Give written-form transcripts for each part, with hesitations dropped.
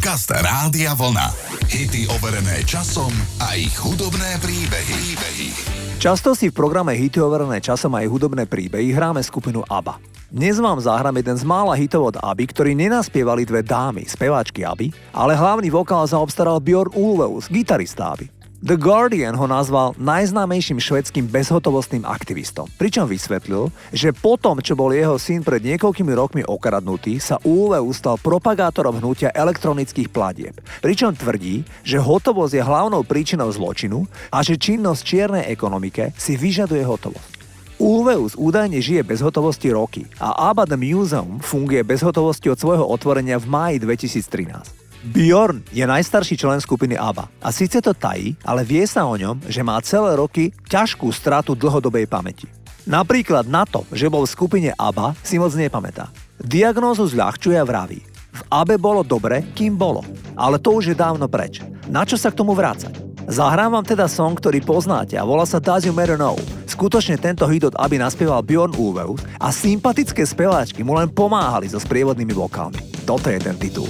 Podcast Rádia Vlna. Hity overené časom a ich hudobné príbehy. Často si v programe Hity overené časom a ich hudobné príbehy hráme skupinu ABBA. Dnes vám zahrám jeden z mála hitov od ABBY, ktorí nenaspievali dve dámy, speváčky ABBY, ale hlavný vokál zaobstaral Björn Ulvaeus, gitarista ABBY. The Guardian ho nazval najznámejším švédskym bezhotovostným aktivistom, pričom vysvetlil, že potom, čo bol jeho syn pred niekoľkými rokmi okradnutý, sa Ulvaeus stal propagátorom hnutia elektronických platieb, pričom tvrdí, že hotovosť je hlavnou príčinou zločinu a že činnosť čiernej ekonomike si vyžaduje hotovosť. Ulvaeus údajne žije bez hotovosti roky a ABBA The Museum funguje bez hotovosti od svojho otvorenia v máji 2013. Björn je najstarší člen skupiny ABBA a síce to tají, ale vie sa o ňom, že má celé roky ťažkú stratu dlhodobej pamäti. Napríklad na to, že bol v skupine ABBA, si moc nepamätá. Diagnózu zľahčuje a vraví: v ABBE bolo dobre, kým bolo, ale to už je dávno preč. Na čo sa k tomu vrácať? Zahrám vám teda song, ktorý poznáte a volá sa Does You Matter Now. Skutočne tento hit od ABBY naspieval Björn Ulvaeus a sympatické speváčky mu len pomáhali so sprievodnými vokálmi. Toto je ten titul.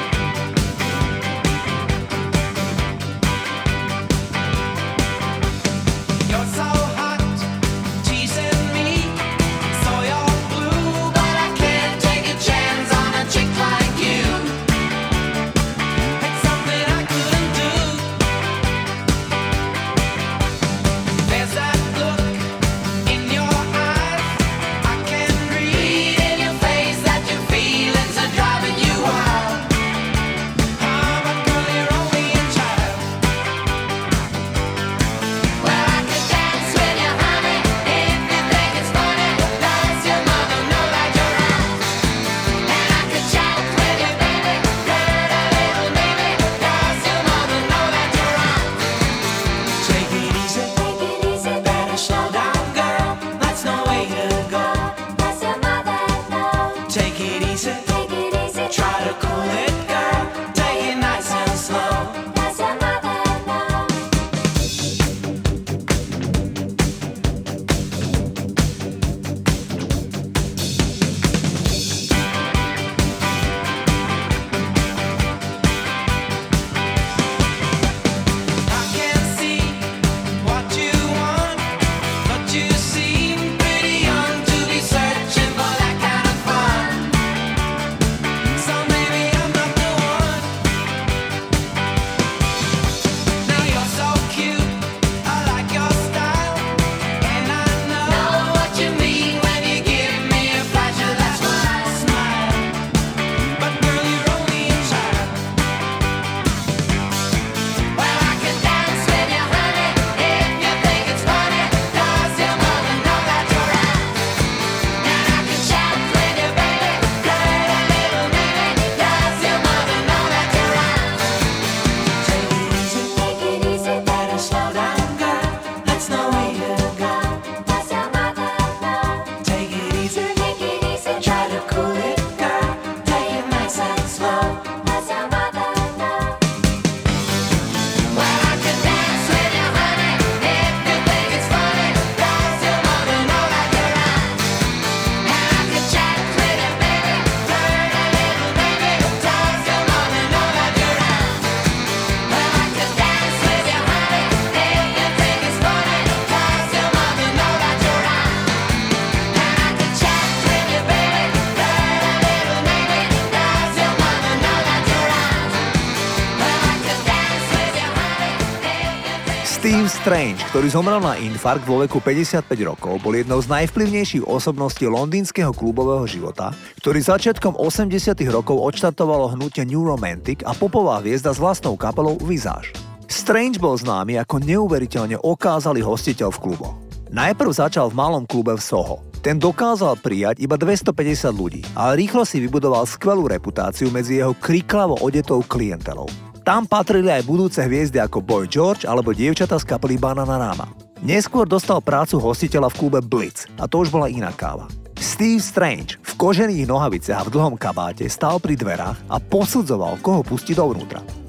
Steve Strange, ktorý zomrel na infarkt vo veku 55 rokov, bol jednou z najvplyvnejších osobností londýnskeho klubového života, ktorý začiatkom 80. rokov odštartovalo hnutie New Romantic a popová hviezda s vlastnou kapelou Visage. Strange bol známy ako neuveriteľne okázalý hostiteľ v kluboch. Najprv začal v malom klube v Soho. Ten dokázal prijať iba 250 ľudí, ale rýchlo si vybudoval skvelú reputáciu medzi jeho kriklavo odetou klientelou. Tam patrili aj budúce hviezdy ako Boy George alebo dievčatá z kapely Bananarama. Neskôr dostal prácu hostiteľa v klube Blitz a to už bola iná káva. Steve Strange v kožených nohaviciach a v dlhom kabáte stál pri dverách a posudzoval, koho pustiť dovnútra.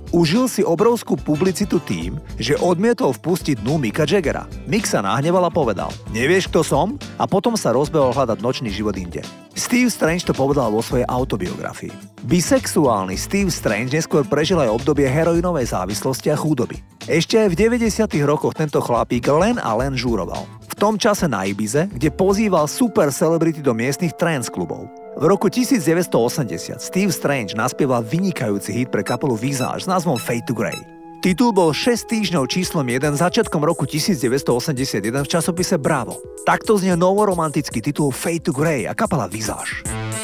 Užil si obrovskú publicitu tým, že odmietol vpustiť dnu Micka Jaggera. Mick sa nahneval a povedal: "Nevieš, kto som?" A potom sa rozbehol hľadať nočný život inde. Steve Strange to povedal vo svojej autobiografii. Bisexuálny Steve Strange neskôr prežil aj obdobie heroinovej závislosti a chudoby. Ešte aj v 90. rokoch tento chlapík len a len žúroval. V tom čase na Ibize, kde pozýval super celebrity do miestnych trance klubov. V roku 1980 Steve Strange naspieval vynikajúci hit pre kapelu Visage s názvom Fade to Grey. Titul bol 6 týždňov číslom 1 začiatkom roku 1981 v časopise Bravo. Takto znie novoromantický titul Fade to Grey a kapela Visage.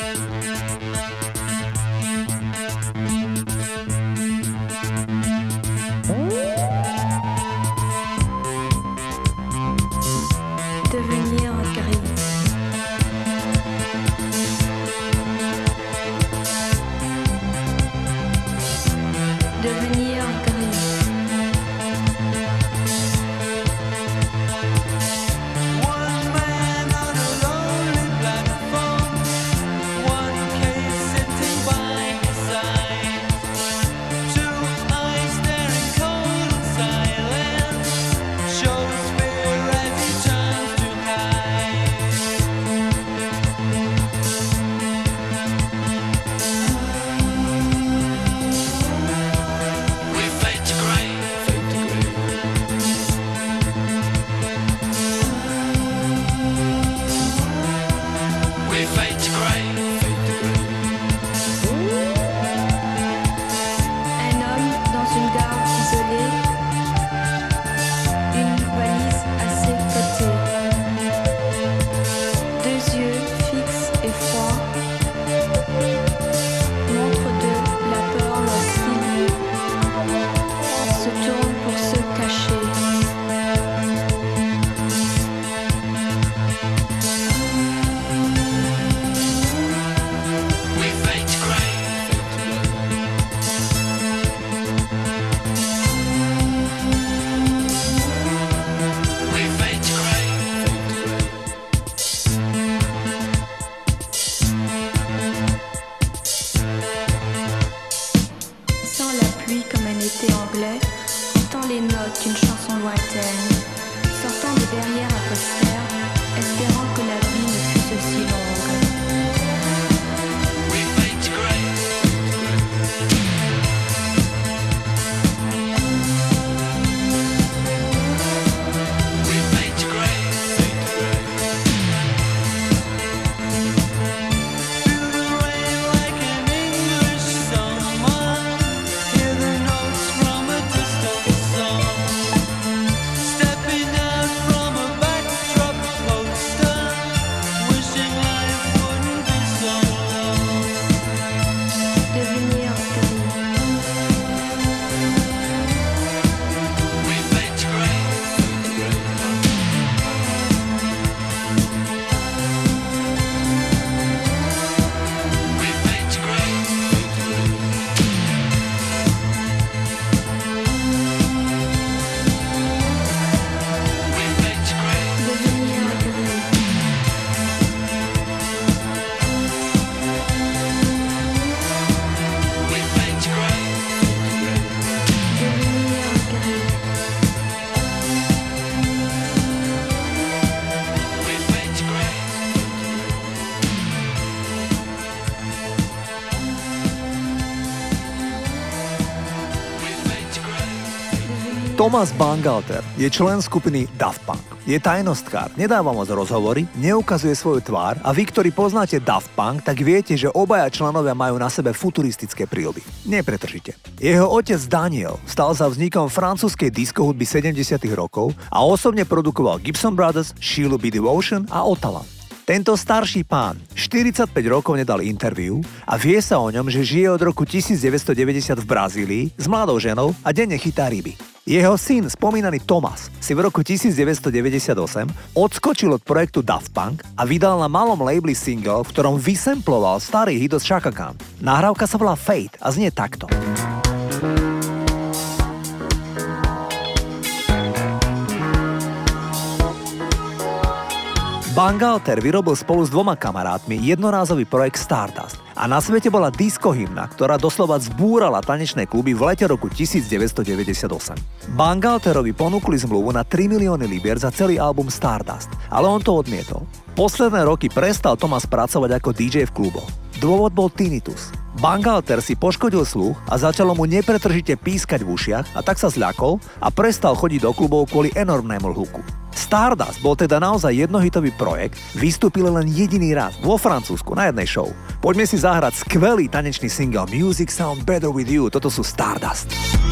Thomas Bangalter je člen skupiny Daft Punk. Je tajnostkár, nedáva moc rozhovory, neukazuje svoju tvár a vy, ktorí poznáte Daft Punk, tak viete, že obaja členovia majú na sebe futuristické príľuby. Nepretržite. Jeho otec Daniel stal za vznikom francúzskej diskohudby 70. rokov a osobne produkoval Gibson Brothers, Sheila B. Devotion a Ottawa. Tento starší pán 45 rokov nedal interview a vie sa o ňom, že žije od roku 1990 v Brazílii s mladou ženou a denne chytá ryby. Jeho syn, spomínaný Thomas, si v roku 1998 odskočil od projektu Daft Punk a vydal na malom labeli single, v ktorom vysamploval starý hit od Chaka Khan. Nahrávka sa volá Fate a znie takto. Bangalter vyrobil spolu s dvoma kamarátmi jednorázový projekt Stardust A na svete bola disco hymna, ktorá doslova zbúrala tanečné kluby v lete roku 1998. Bangalterovi ponúkli zmluvu na 3 milióny libier za celý album Stardust, ale on to odmietol. Posledné roky prestal Thomas pracovať ako DJ v kluboch. Dôvod bol tinnitus. Bangalter si poškodil sluch a začalo mu nepretržite pískať v ušiach a tak sa zľakol a prestal chodiť do klubov kvôli enormnému hluku. Stardust bol teda naozaj jednohitový projekt, vystúpil len jediný raz vo Francúzsku na jednej show. Poďme si zahrať skvelý tanečný single Music Sound Better With You, toto sú Stardust.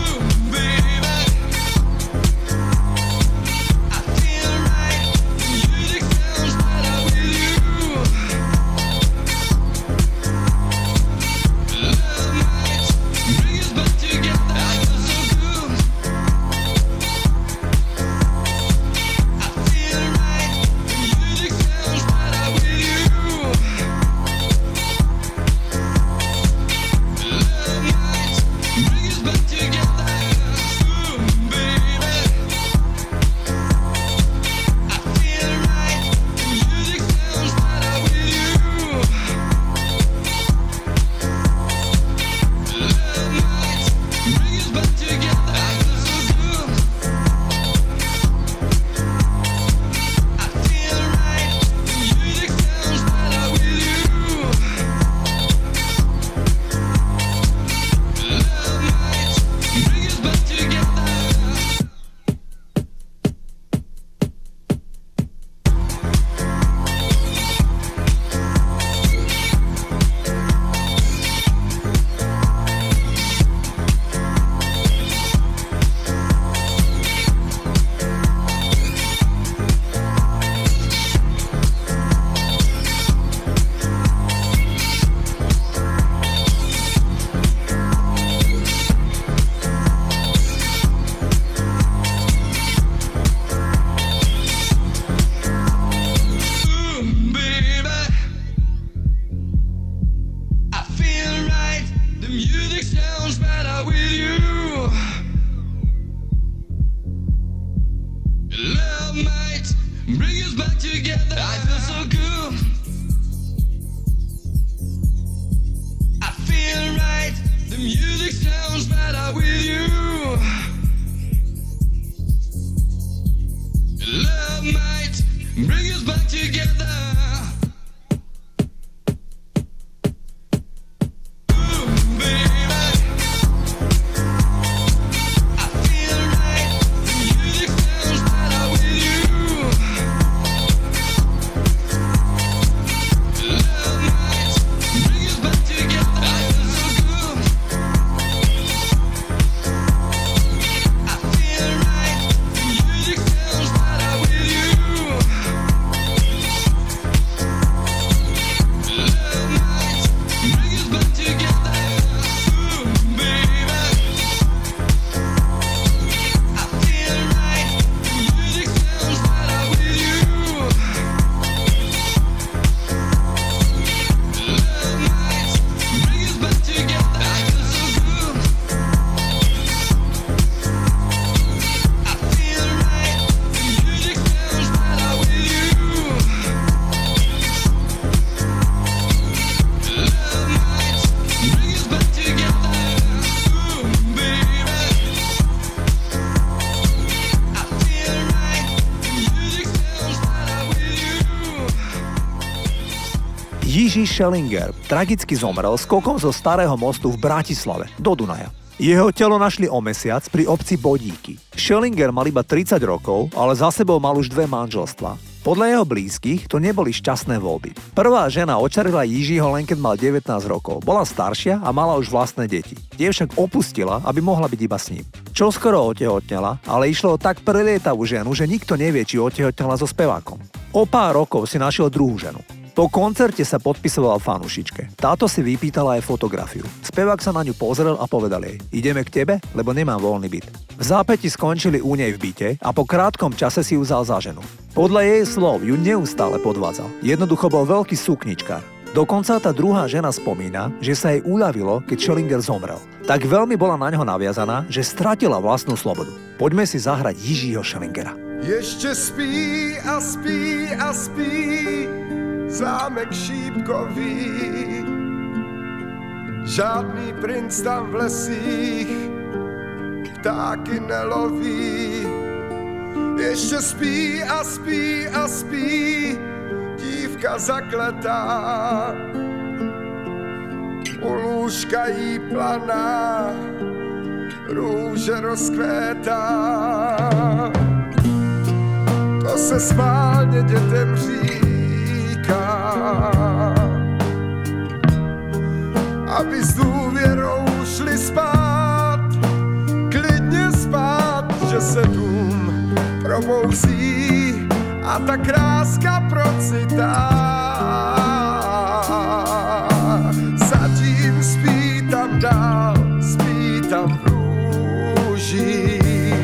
Jiří Schellinger tragicky zomrel skokom zo Starého mostu v Bratislave do Dunaja. Jeho telo našli o mesiac pri obci Bodíky. Schellinger mal iba 30 rokov, ale za sebou mal už 2 manželstvá. Podľa jeho blízkych to neboli šťastné voľby. Prvá žena očarila Jiřího len keď mal 19 rokov. Bola staršia a mala už vlastné deti. Tie však opustila, aby mohla byť iba s ním. Čoskoro otehotnela, ale išlo o tak prelietavú ženu, že nikto nevie, či otehotnela so spevákom. O pár rokov si našiel druhú ženu. Po koncerte sa podpisoval fanúšičke. Táto si vypýtala aj fotografiu. Spevák sa na ňu pozrel a povedal jej: ideme k tebe, lebo nemám voľný byt. V zápäti skončili u nej v byte a po krátkom čase si ju vzal za ženu. Podľa jej slov ju neustále podvádzal. Jednoducho bol veľký sukničkár. Dokonca tá druhá žena spomína, že sa jej uľavilo, keď Schellinger zomrel. Tak veľmi bola na ňo naviazaná, že stratila vlastnú slobodu. Poďme si zahrať Jiřího Schellingera. Ještě spí a spí a spí zámek šípkový, žádný princ tam v lesích ptáky neloví. Ještě spí a spí a spí dívka zakletá, u lůžka jí planá růže rozkvétá. To se schválně dětem říká, aby s důvěrou šli spát, klidně spát, že se dům probouzí a ta kráska procitá. Zatím spí tam dál, spí tam v růžích.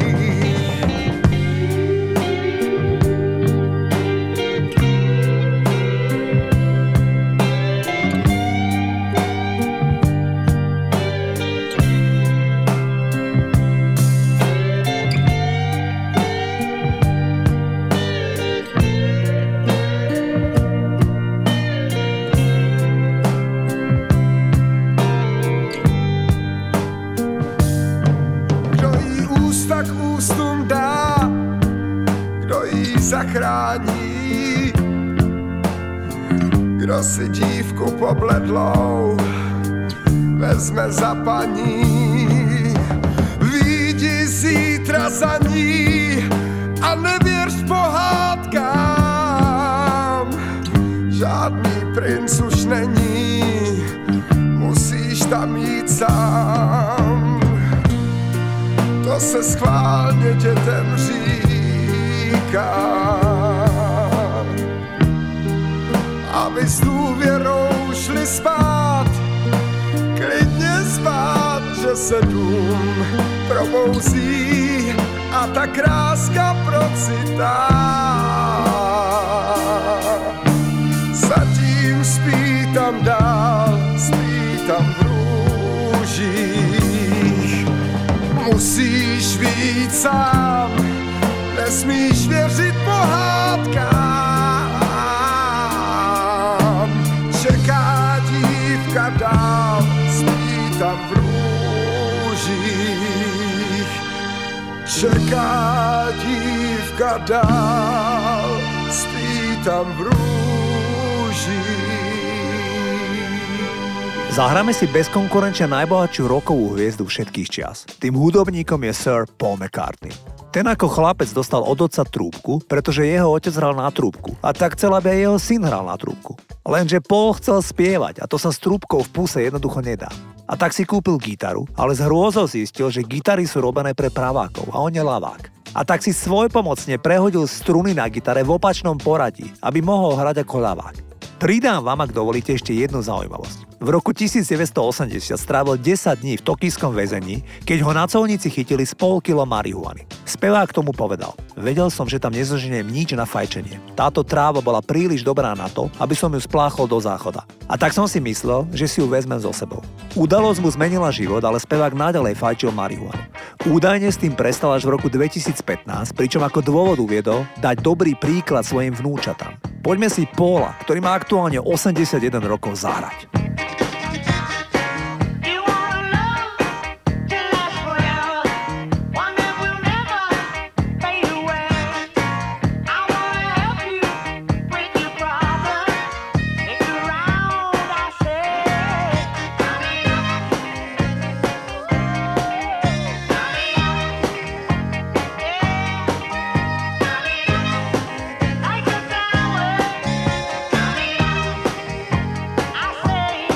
Zachrání, kdo si dívku pobledlou vezme za paní. Vyjdi zítra za ní a nevěř pohádkám, žádný princ už není, musíš tam jít sám. To se schválně dětem říká, aby s důvěrou šli spát, klidně spát, že se dům probouzí a ta kráska procitá. Zatím spí tam dál, spí tam v růžích. Musíš vyjít sám, nesmíš věřit pohádkám. Čeká dívka dál, spí tam v růžích. Čeká dívka dál, spí tam v růžích. Zahráme si bezkonkurenčne najbohatšiu rockovú hviezdu všetkých čias. Tým hudobníkom je Sir Paul McCartney. Ten ako chlapec dostal od otca trúbku, pretože jeho otec hral na trúbku a tak chcel, aby aj jeho syn hral na trúbku. Lenže Paul chcel spievať a to sa s trúbkou v puse jednoducho nedá. A tak si kúpil gitaru, ale s hrôzou zistil, že gitary sú robené pre pravákov a on je ľavák. A tak si svojpomocne prehodil struny na gitare v opačnom poradí, aby mohol hrať ako ľavák. Pridám vám, ak dovolíte, ešte jednu zaujímavosť. V roku 1980 strávil 10 dní v tokijskom väzení, keď ho na colníci chytili s pol kilo marihuany. Spevák k tomu povedal: vedel som, že tam nezoženiem nič na fajčenie. Táto tráva bola príliš dobrá na to, aby som ju spláchol do záchoda. A tak som si myslel, že si ju vezmem so sebou. Udalosť mu zmenila život, ale spevák naďalej fajčil marihuanu. Údajne s tým prestal až v roku 2015, pričom ako dôvod uviedol dať dobrý príklad svojim vnúčatám. Poďme si Paula, ktorý má aktuálne 81 rokov, zahrať. Say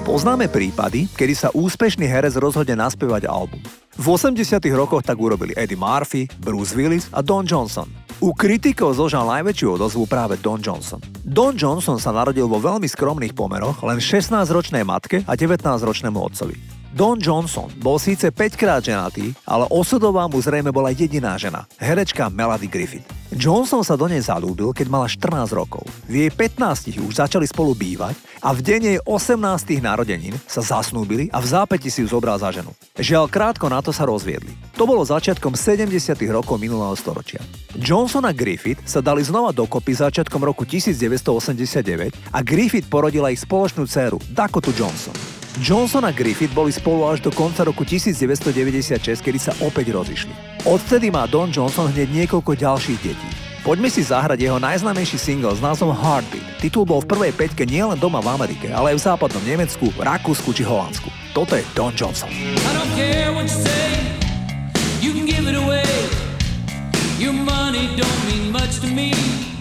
Poznáme prípady, kedy sa úspešný herec rozhodne naspievať album. V 80. rokoch tak urobili Eddie Murphy, Bruce Willis a Don Johnson. U kritikov zožal najväčšiu odozvu práve Don Johnson. Don Johnson sa narodil vo veľmi skromných pomeroch, len 16-ročnej matke a 19-ročnému otcovi. Don Johnson bol síce 5-krát ženatý, ale osudová mu zrejme bola jediná žena, herečka Melody Griffith. Johnson sa do nej zalúbil, keď mala 14 rokov. V jej 15 už začali spolu bývať a v deň jej 18. narodenín sa zasnúbili a v zápäti si ju zobral za ženu. Žiaľ, krátko na to sa rozviedli. To bolo začiatkom 70. rokov minulého storočia. Johnson a Griffith sa dali znova dokopy začiatkom roku 1989 a Griffith porodila ich spoločnú dcéru Dakotu Johnson. Johnson a Griffith boli spolu až do konca roku 1996, kedy sa opäť rozišli. Odtedy má Don Johnson hneď niekoľko ďalších detí. Poďme si zahrať jeho najznámejší single s názvom Heartbeat. Titul bol v prvej päťke nielen doma v Amerike, ale aj v západnom Nemecku, Rakúsku či Holandsku. Toto je Don Johnson. I don't care what you say, you can give it away. Your money don't mean much to me.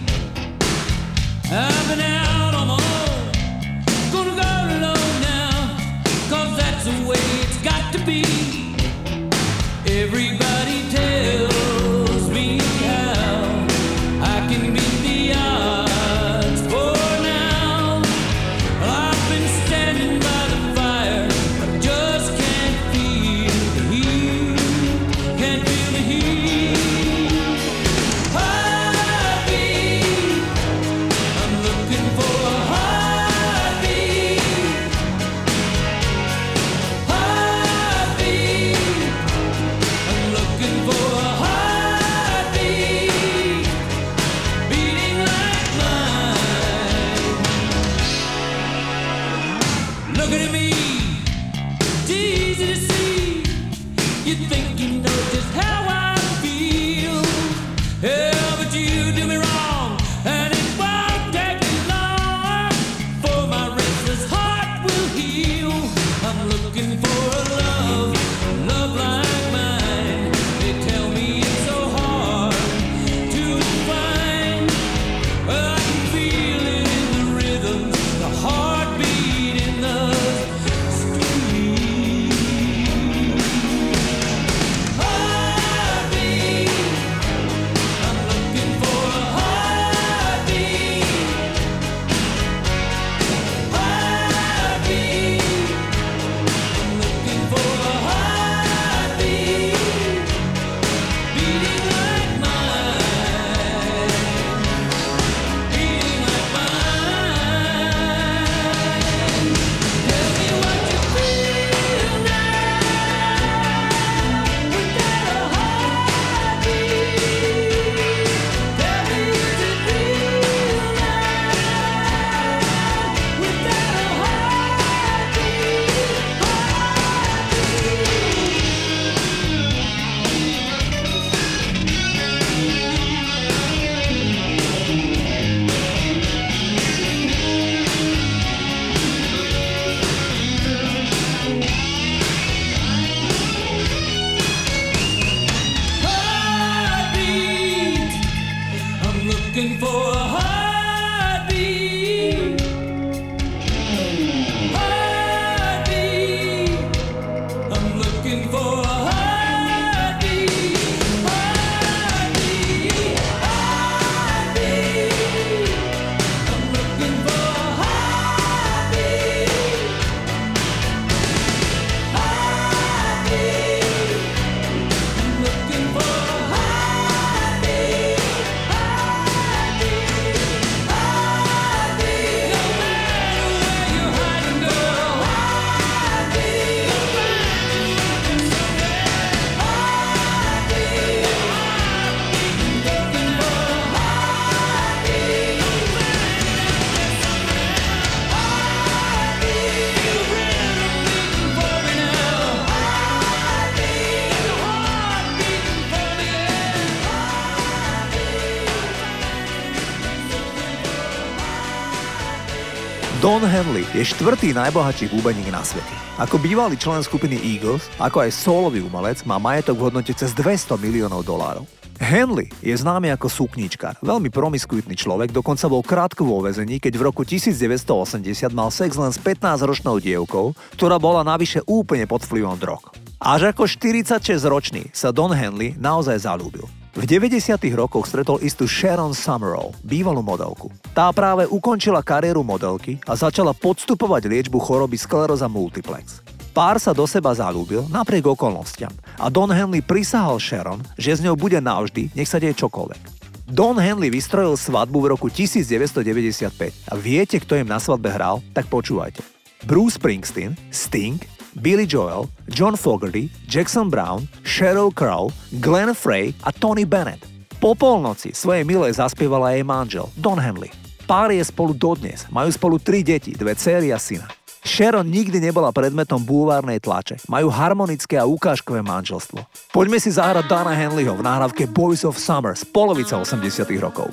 I've been out on my own, gonna go alone now, 'cause that's the way it's got to be. Everybody tells me how I can beat the odds for now. I've been standing by the fire, but just can't feel the heat, can't feel the heat. Heartbeat, I'm looking for a heartbeat. Heartbeat, I'm looking for a heartbeat, beating like mine. Looking at me, it's easy to see. You think you know just how I feel. Yeah, but you do me wrong, and it won't take me long for my restless heart will heal. I'm looking for a love, love like mine. They tell me it's so hard to find. Well, I can feel it in the rhythm, the heartbeat in the street. Heartbeat, I'm looking for a heartbeat. Heartbeat, I'm looking for a heartbeat, beating like mine, beating like mine. Tell me what you feel now without a heartbeat. Tell me what you feel now without a heartbeat. I'm looking for a heartbeat. Heartbeat, I'm looking for a heartbeat. Heartbeat, heartbeat, I'm looking for a heartbeat. Heartbeat, I'm looking for a heartbeat. Heartbeat, heartbeat, no matter where you're hiding, girl. Heartbeat, you'll find you looking somewhere. Heartbeat, looking for a heartbeat. You'll find it out there somewhere. Heartbeat, feel the rhythm beating for me now. Heartbeat, the heart beating for me, Don Henley je štvrtý najbohatší bubeník na svete. Ako bývalý člen skupiny Eagles, ako aj sólový umelec, má majetok v hodnote cez $200 miliónov. Henley je známy ako sukničkar, veľmi promiskuitný človek, dokonca bol krátko vo väzení, keď v roku 1980 mal sex len s 15-ročnou dievkou, ktorá bola navyše úplne pod vplyvom drog. Až ako 46-ročný sa Don Henley naozaj zalúbil. V 90. rokoch stretol istú Sharon Summerall, bývalú modelku. Tá práve ukončila kariéru modelky a začala podstupovať liečbu choroby skleróza multiplex. Pár sa do seba zalúbil napriek okolnostiam a Don Henley prisahal Sharon, že s ňou bude navždy, nech sa deje čokoľvek. Don Henley vystrojil svadbu v roku 1995 a viete, kto im na svadbe hral? Tak počúvajte. Bruce Springsteen, Sting, Billy Joel, John Fogerty, Jackson Brown, Sheryl Crow, Glenn Frey a Tony Bennett. Po polnoci svojej milej zaspievala jej manžel, Don Henley. Pár je spolu dodnes, majú spolu 3 deti, 2 céry a syna. Sharon nikdy nebola predmetom bulvárnej tlače. Majú harmonické a ukážkové manželstvo. Poďme si zahrať Dana Henleyho v nahrávke Boys of Summer z polovice 80. rokov.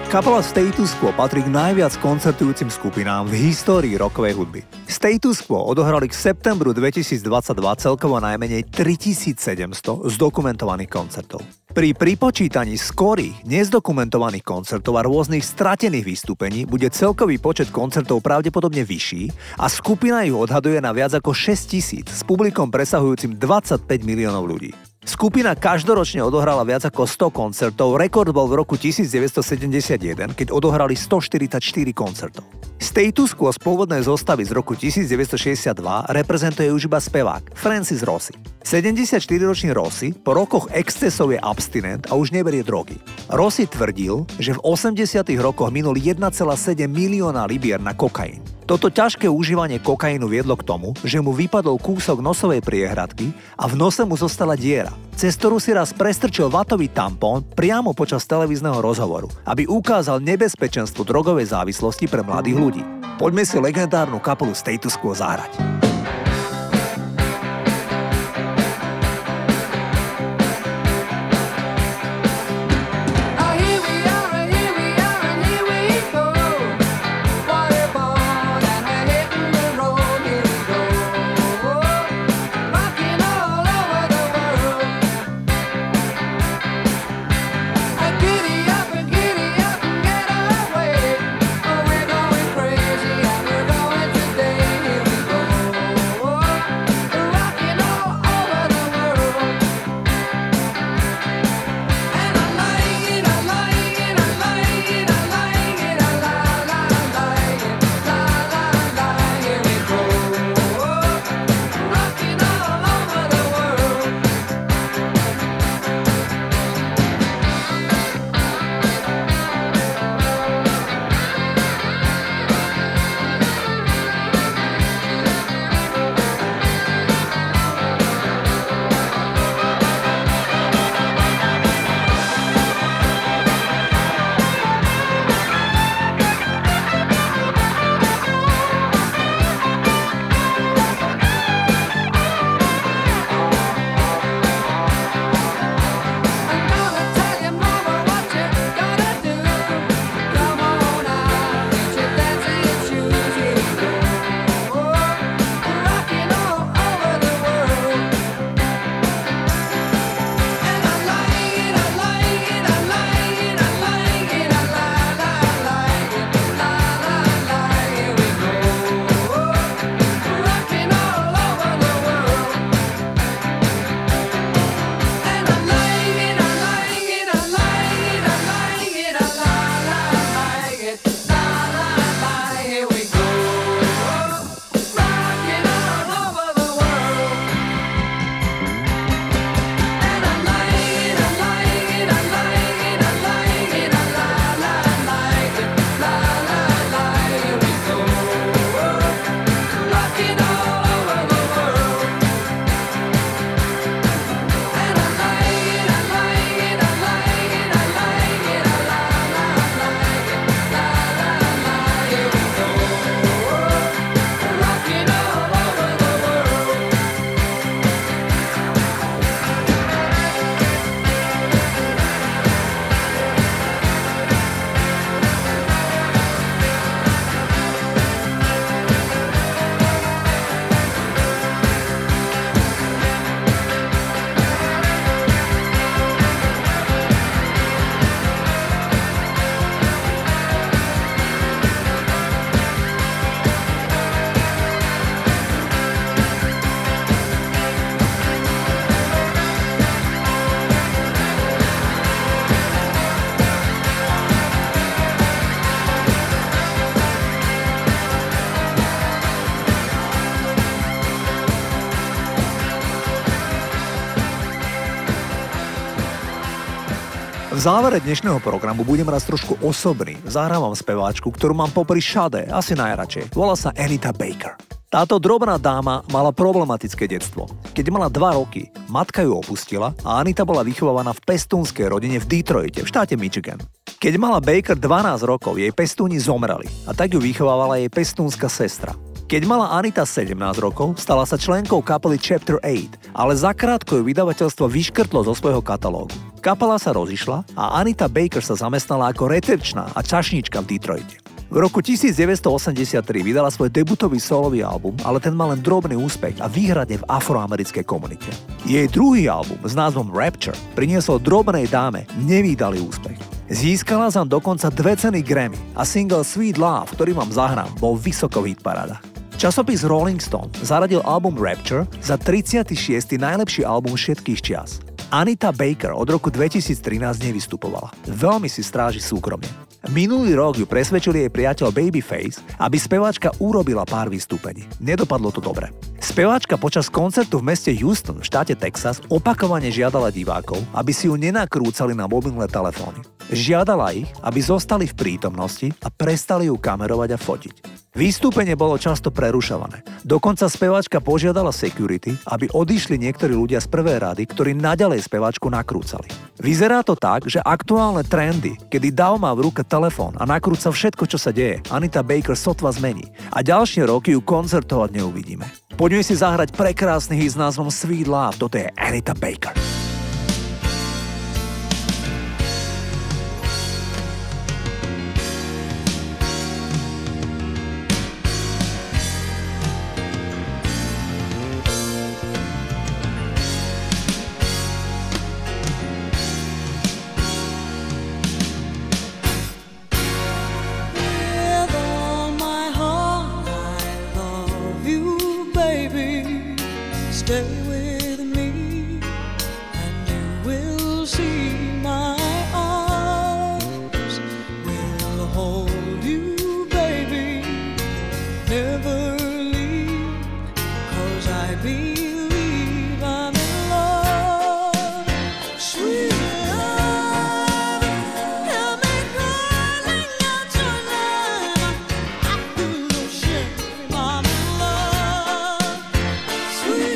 Kapela Status Quo patrí k najviac koncertujúcim skupinám v histórii rockovej hudby. Status Quo odohrali k septembru 2022 celkovo najmenej 3700 zdokumentovaných koncertov. Pri pripočítaní skorých nezdokumentovaných koncertov a rôznych stratených vystúpení bude celkový počet koncertov pravdepodobne vyšší a skupina ich odhaduje na viac ako 6000 s publikom presahujúcim 25 miliónov ľudí. Skupina každoročne odohrala viac ako 100 koncertov, rekord bol v roku 1971, keď odohrali 144 koncertov. Status Quo z pôvodnej zostavy z roku 1962 reprezentuje už iba spevák Francis Rossi. 74-ročný Rossi po rokoch excesov je abstinent a už neberie drogy. Rossi tvrdil, že v 80. rokoch minul 1,7 milióna libier na kokain. Toto ťažké užívanie kokainu viedlo k tomu, že mu vypadol kúsok nosovej priehradky a v nose mu zostala diera, cez ktorú si raz prestrčil vatový tampón priamo počas televízneho rozhovoru, aby ukázal nebezpečenstvo drogovej závislosti pre mladých ľudí. Poďme si legendárnu kapelu Status Quo zahrať. V závere dnešného programu budem raz trošku osobný. Zahrávam speváčku, ktorú mám popri Sade asi najradšej. Volá sa Anita Baker. Táto drobná dáma mala problematické detstvo. Keď mala 2 roky, matka ju opustila a Anita bola vychovávaná v pestúnskej rodine v Detroite, v štáte Michigan. Keď mala Baker 12 rokov, jej pestúni zomreli a tak ju vychovávala jej pestúnska sestra. Keď mala Anita 17 rokov, stala sa členkou kapely Chapter 8, ale zakrátko ju vydavateľstvo vyškrtlo zo svojho katalógu. Kapela sa rozišla a Anita Baker sa zamestnala ako recepčná a čašníčka v Detroite. V roku 1983 vydala svoj debutový solový album, ale ten mal len drobný úspech a výhradne v afroamerickej komunite. Jej druhý album s názvom Rapture priniesol drobnej dáme nevídalý úspech. Získala za dokonca 2 ceny Grammy a single Sweet Love, ktorý vám zahrám, bol vysoko v hitparádach. Časopis Rolling Stone zaradil album Rapture za 36. najlepší album všetkých čias. Anita Baker od roku 2013 nevystupovala. Veľmi si stráži súkromie. Minulý rok ju presvedčil jej priateľ Babyface, aby speváčka urobila pár vystúpení. Nedopadlo to dobre. Speváčka počas koncertu v meste Houston v štáte Texas opakovane žiadala divákov, aby si ju nenakrúcali na mobilné telefóny. Žiadala ich, aby zostali v prítomnosti a prestali ju kamerovať a fotiť. Vystúpenie bolo často prerušované. Dokonca speváčka požiadala security, aby odišli niektorí ľudia z prvej rady, ktorí naďalej speváčku nakrúcali. Vyzerá to tak, že aktuálne trendy, kedy Dav má v ruke telefón a nakrúca všetko, čo sa deje, Anita Baker sotva zmení a ďalšie roky ju koncertovať neuvidíme. Poďme si zahrať prekrásny hit s názvom Sweet Love, toto je Anita Baker. Stay with me and you will see my arms will hold you, baby, never leave, 'cause I believe I'm in love. Sweet love, help me crawling out your love. I feel no shame, I'm in love. Sweet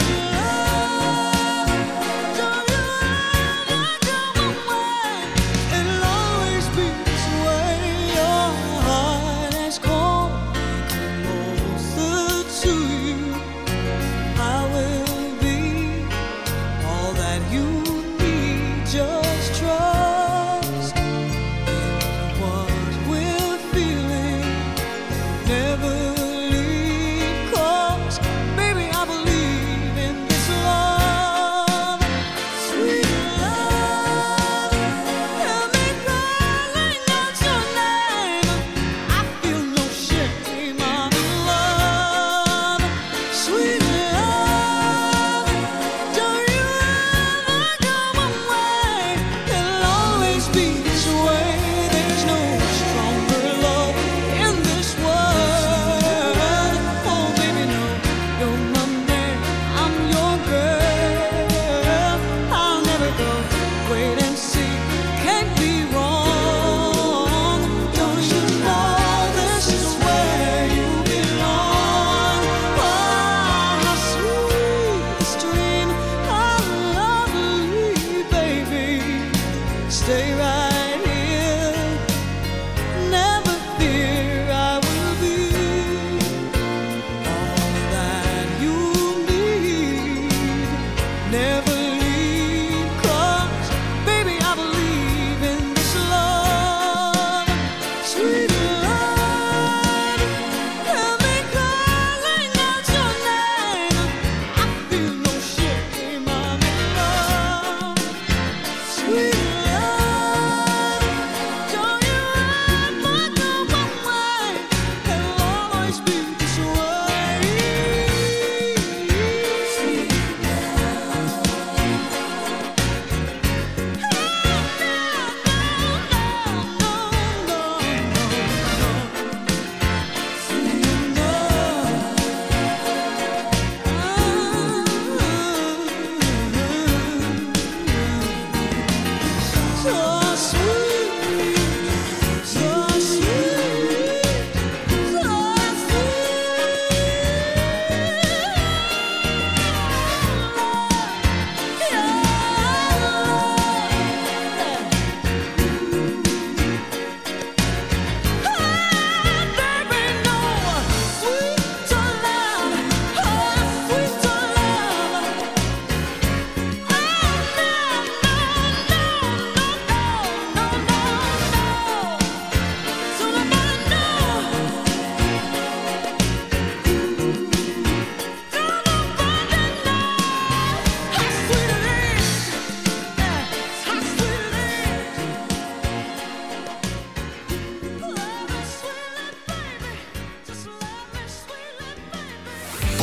love, don't you ever go away.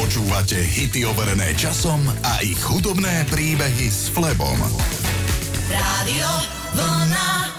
Počúvate hity overené časom a ich hudobné príbehy s Flebom. Rádio Vlna.